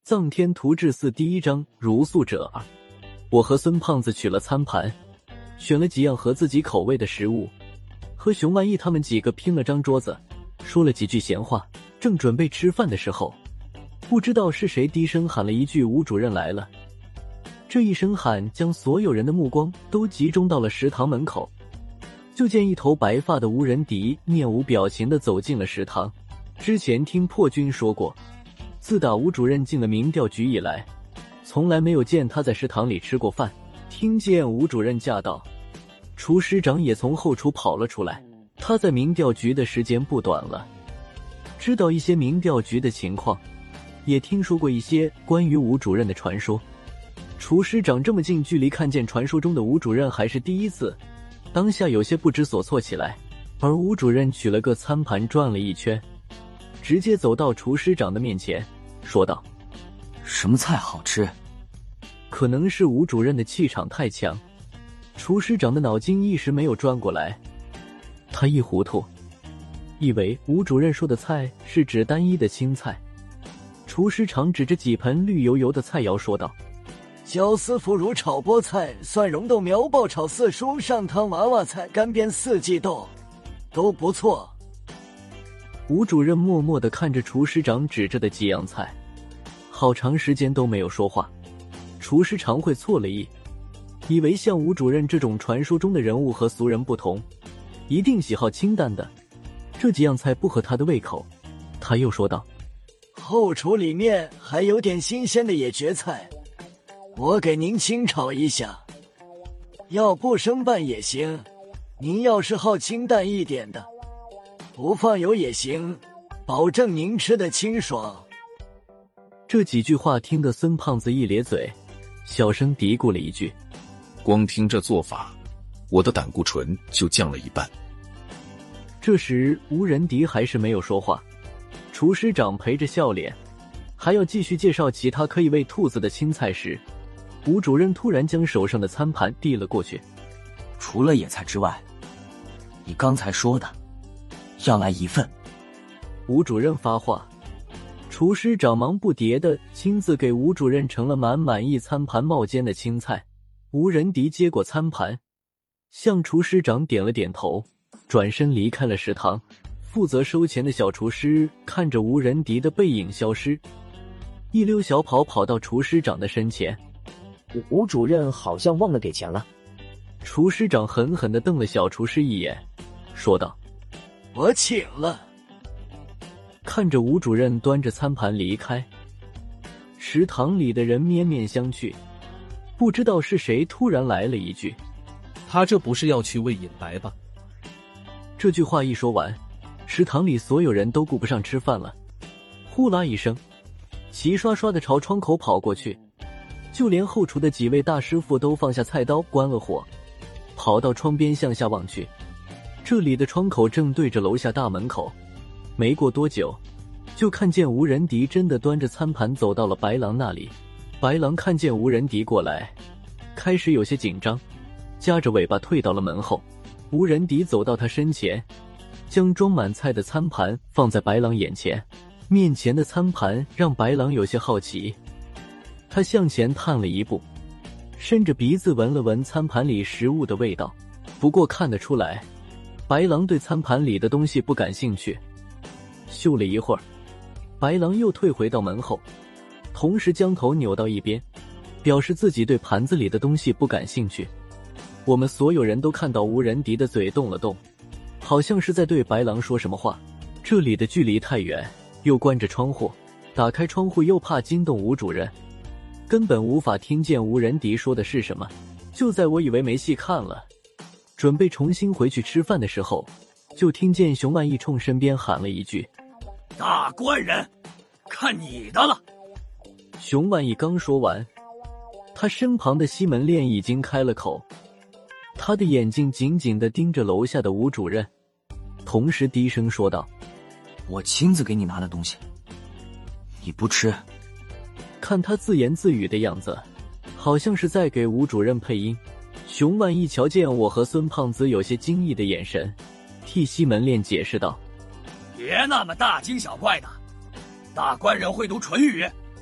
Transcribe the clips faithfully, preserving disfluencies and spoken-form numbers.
藏天图志四第一章如素者二。我和孙胖子取了餐盘，选了几样合自己口味的食物，和熊万义他们几个拼了张桌子，说了几句闲话。正准备吃饭的时候，不知道是谁低声喊了一句：“吴主任来了。”这一声喊将所有人的目光都集中到了食堂门口。就见一头白发的吴仁迪面无表情地走进了食堂。之前听破军说过，自打吴主任进了民调局以来，从来没有见他在食堂里吃过饭。听见吴主任驾到，厨师长也从后厨跑了出来。他在民调局的时间不短了，知道一些民调局的情况，也听说过一些关于吴主任的传说。厨师长这么近距离看见传说中的吴主任还是第一次，当下有些不知所措起来。而吴主任取了个餐盘转了一圈，直接走到厨师长的面前说道：“ 什么菜好吃？” 可能是吴主任的气场太强，厨师长的脑筋一时没有转过来。他一糊涂，以为吴主任说的菜是指单一的青菜。厨师长指着几盆绿油油的菜肴说道：“ 椒丝腐乳炒菠菜、蒜蓉豆苗爆炒四蔬、上汤娃娃菜、干煸四季豆，都不错。” 吴主任默默地看着厨师长指着的几样菜，好长时间都没有说话。厨师长会错了意，以为像吴主任这种传说中的人物和俗人不同，一定喜好清淡的，这几样菜不合他的胃口。他又说道：“ 后厨里面还有点新鲜的野蕨菜，我给您清炒一下，要不生拌也行，您要是好清淡一点的，不放油也行，保证您吃得清爽。” 这几句话听得孙胖子一咧嘴，小声嘀咕了一句：“ 光听这做法，我的胆固醇就降了一半。” 这时吴仁迪还是没有说话，厨师长陪着笑脸，还要继续介绍其他可以喂兔子的青菜时，吴主任突然将手上的餐盘递了过去：“ 除了野菜之外，你刚才说的要来一份。” 吴主任发话，厨师长忙不迭地亲自给吴主任盛了满满一餐盘冒尖的青菜。吴仁迪接过餐盘，向厨师长点了点头，转身离开了食堂。负责收钱的小厨师看着吴仁迪的背影消失，一溜小跑跑到厨师长的身前：“ 吴主任好像忘了给钱了。” 厨师长狠狠地瞪了小厨师一眼，说道：“ 我请了。” 看着吴主任端着餐盘离开，食堂里的人面面相觑。不知道是谁突然来了一句：“ 他这不是要去喂隐白吧？” 这句话一说完，食堂里所有人都顾不上吃饭了，呼啦一声，齐刷刷地朝窗口跑过去。就连后厨的几位大师傅都放下菜刀，关了火，跑到窗边向下望去。这里的窗口正对着楼下大门口。没过多久，就看见吴仁迪真的端着餐盘走到了白狼那里。白狼看见吴仁迪过来，开始有些紧张，夹着尾巴退到了门后。吴仁迪走到他身前，将装满菜的餐盘放在白狼眼前。面前的餐盘让白狼有些好奇，他向前探了一步，伸着鼻子闻了闻餐盘里食物的味道。不过看得出来，白狼对餐盘里的东西不感兴趣。嗅了一会儿，白狼又退回到门后，同时将头扭到一边，表示自己对盘子里的东西不感兴趣。我们所有人都看到吴仁迪的嘴动了动，好像是在对白狼说什么话。这里的距离太远，又关着窗户，打开窗户又怕惊动吴主任，根本无法听见吴仁迪说的是什么。就在我以为没戏看了，准备重新回去吃饭的时候，就听见熊万义冲身边喊了一句：“ 大官人，看你的了。” 熊万义刚说完，他身旁的西门烈已经开了口，他的眼睛紧紧地盯着楼下的吴主任，同时低声说道：“ 我亲自给你拿的东西，你不吃。” 看他自言自语的样子，好像是在给吴主任配音。熊万义瞧见我和孙胖子有些惊异的眼神，替西门烈解释道：“ 别那么大惊小怪的，大官人会读唇语，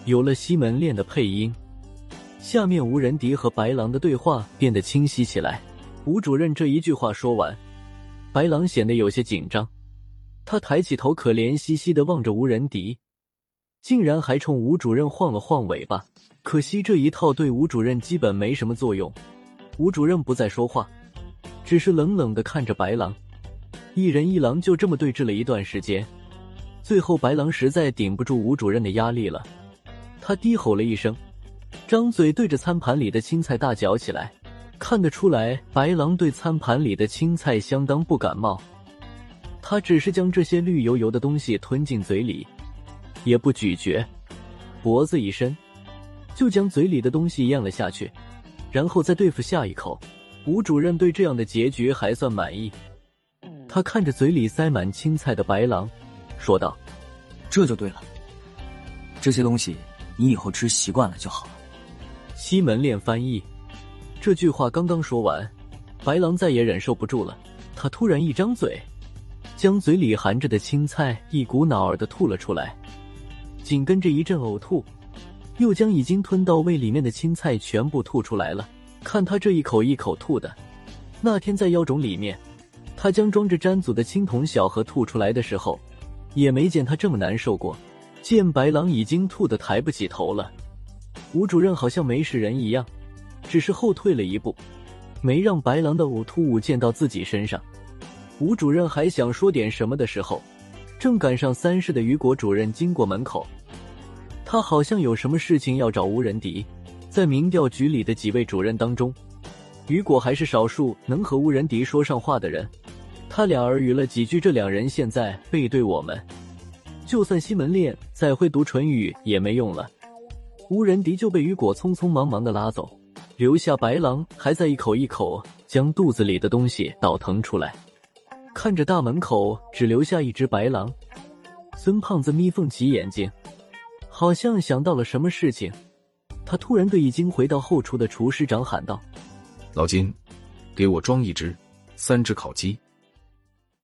有了西门链的配音，下面吴仁迪和白狼的对话变得清晰起来。吴主任这一句话说完，白狼显得有些紧张，他抬起头，可怜兮兮地望着吴仁迪，竟然还冲吴主任晃了晃尾巴。可惜这一套对吴主任基本没什么作用。吴主任不再说话，只是冷冷地看着白狼。一人一狼就这么对峙了一段时间，最后白狼实在顶不住吴主任的压力了，他低吼了一声，张嘴对着餐盘里的青菜大嚼起来。看得出来，白狼对餐盘里的青菜相当不感冒，他只是将这些绿油油的东西吞进嘴里，也不咀嚼，脖子一伸，就将嘴里的东西咽了下去，然后再对付下一口。吴主任对这样的结局还算满意，他看着嘴里塞满青菜的白狼，说道：“ 这就对了，这些东西你以后吃习惯了就好了。” 西门链翻译。这句话刚刚说完，白狼再也忍受不住了，他突然一张嘴，将嘴里含着的青菜一股脑儿地吐了出来，紧跟着一阵呕吐，又将已经吞到胃里面的青菜全部吐出来了。看他这一口一口吐的，那天在妖种里面，他将装着詹祖的青铜小盒吐出来的时候，也没见他这么难受过。见白狼已经吐得抬不起头了，吴主任好像没事人一样，只是后退了一步，没让白狼的呕吐物溅到自己身上。吴主任还想说点什么的时候，正赶上三室的雨果主任经过门口，他好像有什么事情要找吴仁迪。在民调局里的几位主任当中，雨果还是少数能和吴仁迪说上话的人，他俩耳语了几句，这两人现在背对我们，就算西门链再会读唇语也没用了。吴仁迪就被雨果匆匆忙忙地拉走，留下白狼还在一口一口将肚子里的东西倒腾出来。看着大门口只留下一只白狼，孙胖子眯缝起眼睛，好像想到了什么事情，他突然对已经回到后厨的厨师长喊道：“ 老金，给我装一只，三只烤鸡。”